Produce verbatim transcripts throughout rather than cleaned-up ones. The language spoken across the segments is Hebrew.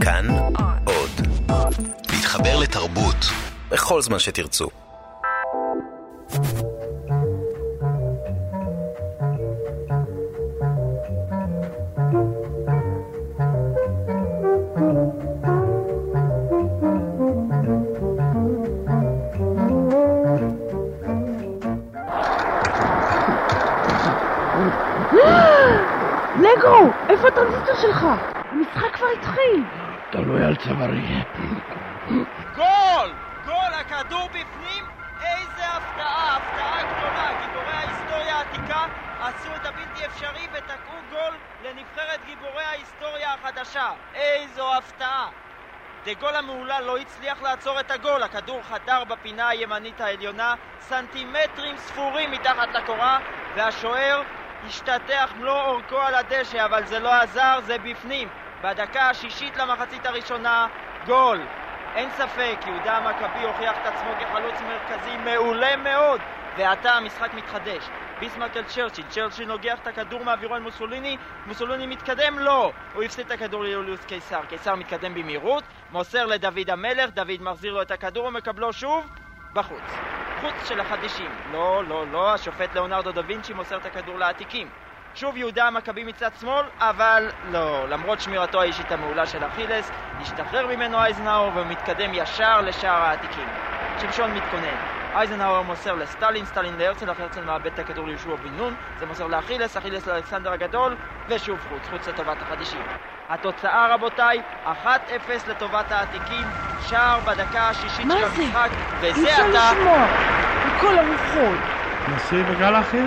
כאן עוד. להתחבר לתרבות בכל זמן שתרצו. נגרו, איפה הטרנזיסטור שלך? המשחק כבר התחיל. תלוי על צווארי. גול! גול! הכדור בפנים? איזה הפתעה! הפתעה גדולה! גיבורי ההיסטוריה העתיקה עשו את הבלתי אפשרי ותקעו גול לנבחרת גיבורי ההיסטוריה החדשה. איזו הפתעה! דגול המעולה לא הצליח לעצור את הגול. הכדור חדר בפינה הימנית העליונה סנטימטרים ספורים מתחת לקורה, והשוער השתתח מלוא אורכו על הדשא, אבל זה לא עזר, זה בפנים. בדקה השישית למחצית הראשונה, גול. אין ספק, יהודה המכבי הוכיח את עצמו כחלוץ מרכזי מעולה מאוד, ועתה המשחק מתחדש. ביסמרק אל צ'רצ'יל, צ'רצ'יל נוגח את הכדור מעבירו אל מוסוליני, מוסוליני מתקדם? לא, הוא הפסיד את הכדור ליוליוס קיסר, קיסר מתקדם במהירות, מוסר לדוד המלך, דוד מחזיר לו את הכדור ומקבלו שוב בחוץ. חוץ של החדשים. לא, לא, לא, השופט לאונרדו דה וינצ'י מוסר את הכדור לעתיקים. שוב יהודה המכבי מצד שמאל, אבל לא, למרות שמירתו האישית המעולה של אכילס, השתחרר ממנו אייזנהאואר ומתקדם ישר לשער העתיקים. שמשון מתכונן. אייזנהאואר מוסר לסטלין, סטלין להרצל, הרצל מאבד את הכדור ליהושע בן נון, זה מוסר לאכילס, אכילס לאלכסנדר הגדול, ושוב חוץ, חוץ לטובת החדשים. התוצאה רבותיי, אחת אפס לטובת העתיקים, שער בדקה השישית של המשחק, וזה אתה... אי אפשר לשמוע, בכל הרוחות. נסי בגל אחר.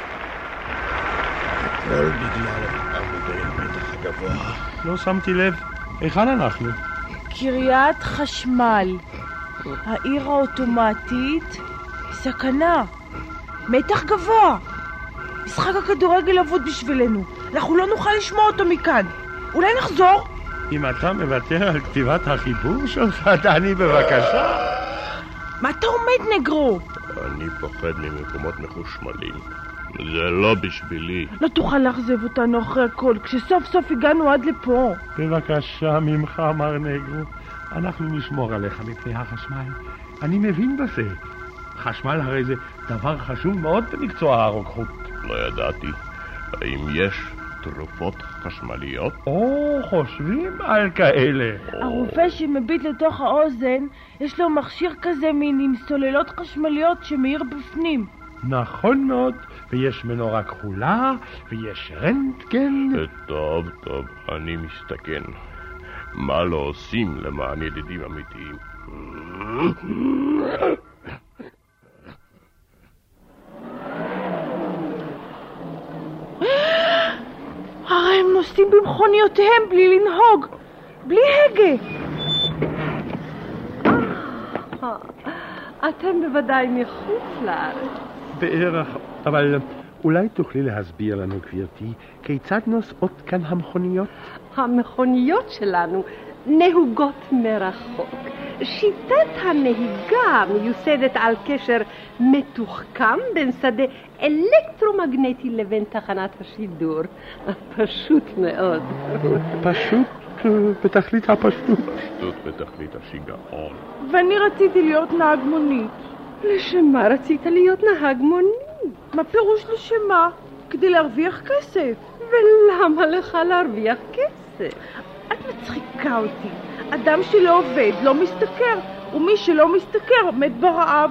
הכל בגלל עמודי המתח הגבוה. לא שמתי לב, היכן אנחנו? קריית חשמל, העיר האוטומטית, סכנה, מתח גבוה. משחק הכדורגל אבוד בשבילנו, אנחנו לא נוכל לשמוע אותו מכאן. אולי נחזור? אם אתה מוותר על כתיבת החיבור שלך, דני, בבקשה. מה אתה עומד, נגרו? אני פוחד ממקומות מחושמלים. זה לא בשבילי. לא תוכל להחזב אותנו אחרי הכל, כשסוף סוף הגענו עד לפה. בבקשה ממך, מר נגרו. אנחנו נשמור עליך מפני החשמל. אני מבין בזה. חשמל הרי זה דבר חשוב מאוד במקצוע הרוקחות. לא ידעתי. האם יש תרופות חשמליות? או, חושבים על כאלה. הרופא שמביט לתוך האוזן, יש לו מכשיר כזה מין עם סוללות חשמליות שמאיר בפנים. נכון מאוד, ויש מנורה כחולה, ויש רנטגן. טוב, טוב, אני מסתכן. מה לא עושים למען ידידים אמיתיים? הרי הם נוסעים במכוניותיהם בלי לנהוג, בלי הגה. אתם בוודאי מחוץ לארץ. בערך, אבל אולי תוכלי להסביר לנו, גברתי, כיצד נוסעות כאן המכוניות? המכוניות שלנו נהוגות מרחוק. שיטת הנהיגה מיוסדת על קשר מתוחכם בין שדה אלקטרומגנטי לבין תחנת השידור. פשוט מאוד. פשוט בתכלית הפשטות. פשוט בתכלית השיגעון. ואני רציתי להיות נהג מונית. לשם מה רצית להיות נהג מונית? מה פירוש לשם מה? כדי להרוויח כסף. ולמה לך להרוויח כסף? את מצחיקה אותי. אדם שלא עובד לא מסתכר, ומי שלא מסתכר מת ברעב.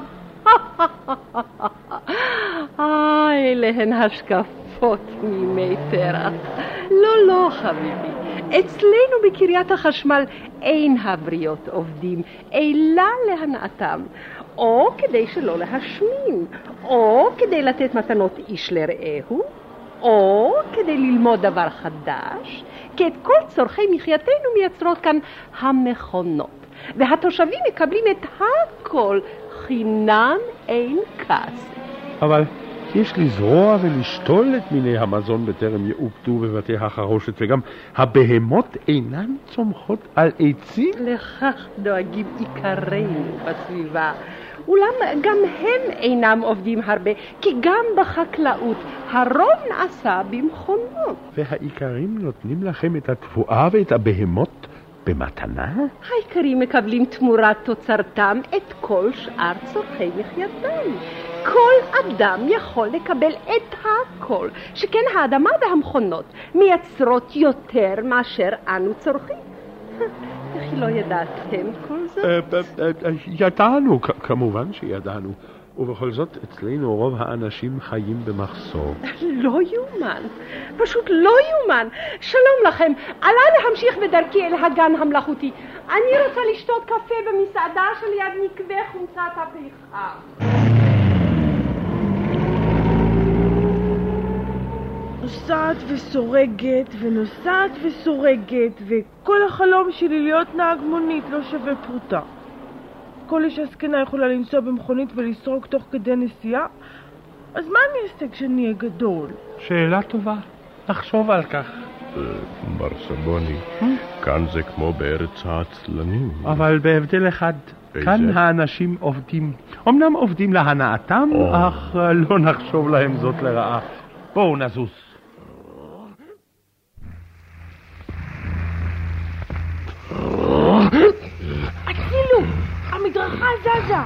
איי, אלה הן השקפות מימי תרח. לא, לא, חביבי. אצלנו בקריית החשמל אין הבריות עובדים, אלא להנאתם. או כדי שלא להשמין, או כדי לתת מתנות איש לרעהו, או כדי ללמוד דבר חדש, כי את כל צורכי מחייתנו מייצרות כאן המכונות. והתושבים מקבלים את הכל, חינם אין כסף. אבל יש לזרוע ולשתול את מיני המזון בטרם יעובדו בבתי החרושת, וגם הבהמות אינן צומחות על עצים. לכך דואגים עיקרינו בסביבה. אולם גם הם אינם עובדים הרבה, כי גם בחקלאות הרוב נעשה במכונות. והעיקרים נותנים לכם את התבואה ואת הבהמות במתנה? העיקרים מקבלים תמורת תוצרתם את כל שאר צורכי מחייתם. כל אדם יכול לקבל את הכל, שכן האדמה והמכונות מייצרות יותר מאשר אנו צורכים. איך לא ידעתם כל זאת? ידענו, כמובן שידענו. ובכל זאת, אצלנו רוב האנשים חיים במחסור. לא יומן, פשוט לא יומן. שלום לכם, עלה להמשיך בדרכי אל הגן המלאכותי. אני רוצה לשתות קפה במסעדה שליד מקווה חומצת הפריחה. נוסעת וסורגת ונוסעת וסורגת, וכל החלום שלי להיות נהג מונית לא שווה פרוטה. כל אישה זקנה יכולה לנסוע במכונית ולסרוק תוך כדי נסיעה, אז מה אני אעשה כשאני אהיה גדול? שאלה טובה, נחשוב על כך. מר סבוני, כאן זה כמו בארץ העצלנים. אבל בהבדל אחד, כאן האנשים עובדים, אמנם עובדים להנאתם, אך לא נחשוב להם זאת לרעה. בואו נזוז. הצילו! המדרכה זזה!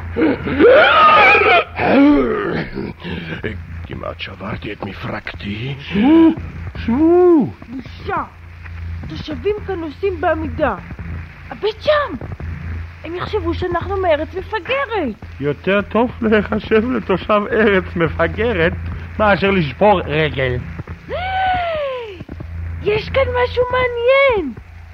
כמעט שברתי את מפרקתי. שמו! שמו! בושה! תושבים כאן נוסעים בעמידה. הבית שם! הם יחשבו שאנחנו מארץ מפגרת. יותר טוב להיחשב לתושב ארץ מפגרת מאשר לשבור רגל. יש כאן משהו מעניין.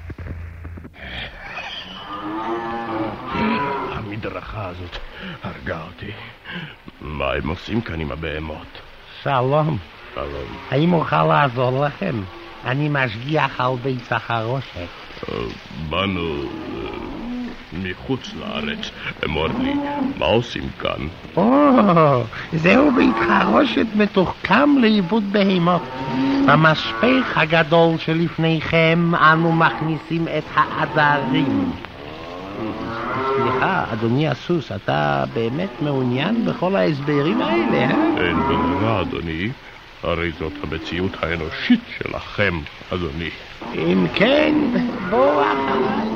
המדרכה הזאת הרגה אותי. מה הם עושים כאן עם הבהמות? שלום. שלום. האם אוכל לעזור לכם? אני משגיח על בית החרושת. באנו מחוץ לארץ. אמור לי, מה עושים כאן? או, זהו בית חרושת מתוחכם לעיבוד בהמות. במשפך הגדול שלפניכם אנו מכניסים את העדרים. סליחה, אדוני הסוס, אתה באמת מעוניין בכל ההסברים האלה, אה? אין ברירה, אדוני. הרי זאת המציאות האנושית שלכם, אדוני. אם כן, בואו אחריי.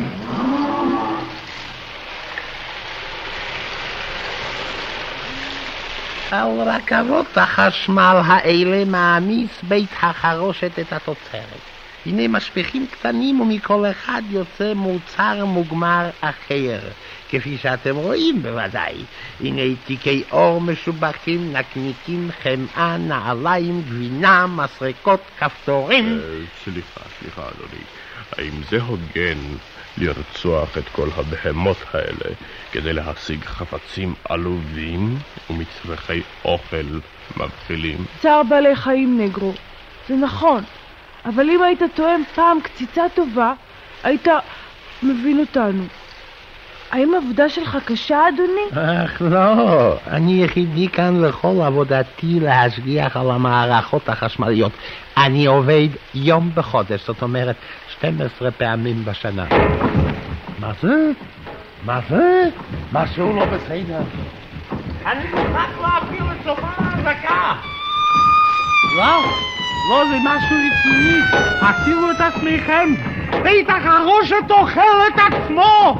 על רכבות החשמל האלה מעמיס בית החרושת את התוצרת. הנה משפכים קטנים ומכל אחד יוצא מוצר מוגמר אחר. כפי שאתם רואים בוודאי. הנה תיקי אור משובחים, נקניקים, חמאה, נעליים, גבינה, מסרקות, כפתורים. סליחה, סליחה אדוני. האם זה הוגן לרצוח את כל הבהמות האלה כדי להשיג חפצים עלובים ומצרכי אוכל מבחילים? צער בעלי חיים, נגרו. זה נכון. אבל אם היית תואם פעם קציצה טובה, היית מבין אותנו. האם העבודה שלך קשה, אדוני? אך לא, אני יחידי כאן לכל עבודתי להשגיח על המערכות החשמליות. אני עובד יום בחודש, זאת אומרת שתים עשרה פעמים בשנה. מה זה? מה זה? משהו לא בסדר. אני מוכרח להעביר לסופה להזקה. לא, לא, זה משהו רציני. הצילו את עצמכם. בית החרושת אוכל את עצמו.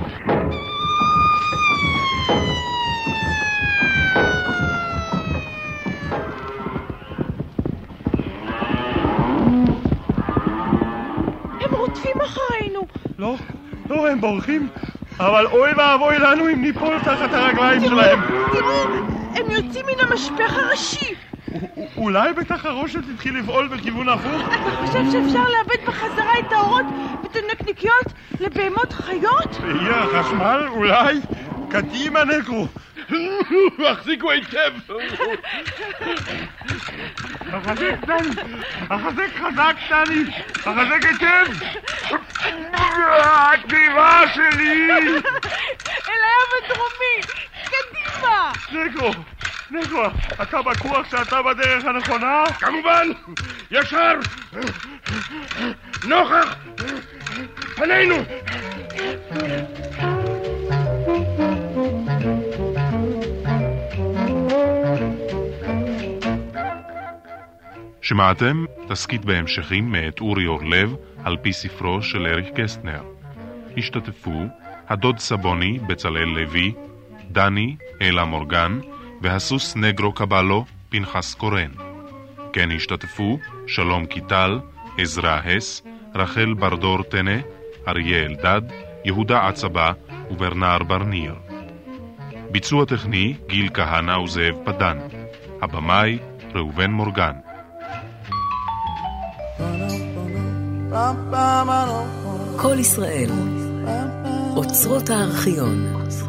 הם רודפים אחרינו. לא, לא, הם בורחים. אבל אוי ואבוי לנו אם ניפול תחת הרגליים שלהם. תראו, הם יוצאים מן המשפך הראשי. אולי בית החרושת התחיל לפעול בכיוון הפוך? אתה חושב שאפשר לאבד בחזרה את האורות ואת הנקניקיות לבהמות חיות? ויהיה החשמל אולי? קדימה נגרו. החזיקו היטב. החזק דני, החזק חזק דני, החזק היטב. הכתיבה שלי. אל הים הדרומי, קדימה. נגרו, נגרו, אתה בטוח שאתה בדרך הנכונה? כמובן, ישר, נוכח, פנינו. שמעתם תסקית בהמשכים מאת אורי אורלב על פי ספרו של אריק קסטנר. השתתפו הדוד סבוני בצלאל לוי, דני אלה מורגן והסוס נגרו קבלו פנחס קורן. כן השתתפו שלום קיטל, עזרא הס, רחל ברדור תנה, אריה אלדד, יהודה עצבה וברנר ברניר. ביצוע טכני גיל כהנא וזאב פדן. הבמאי ראובן מורגן. כל ישראל, אוצרות הארכיון.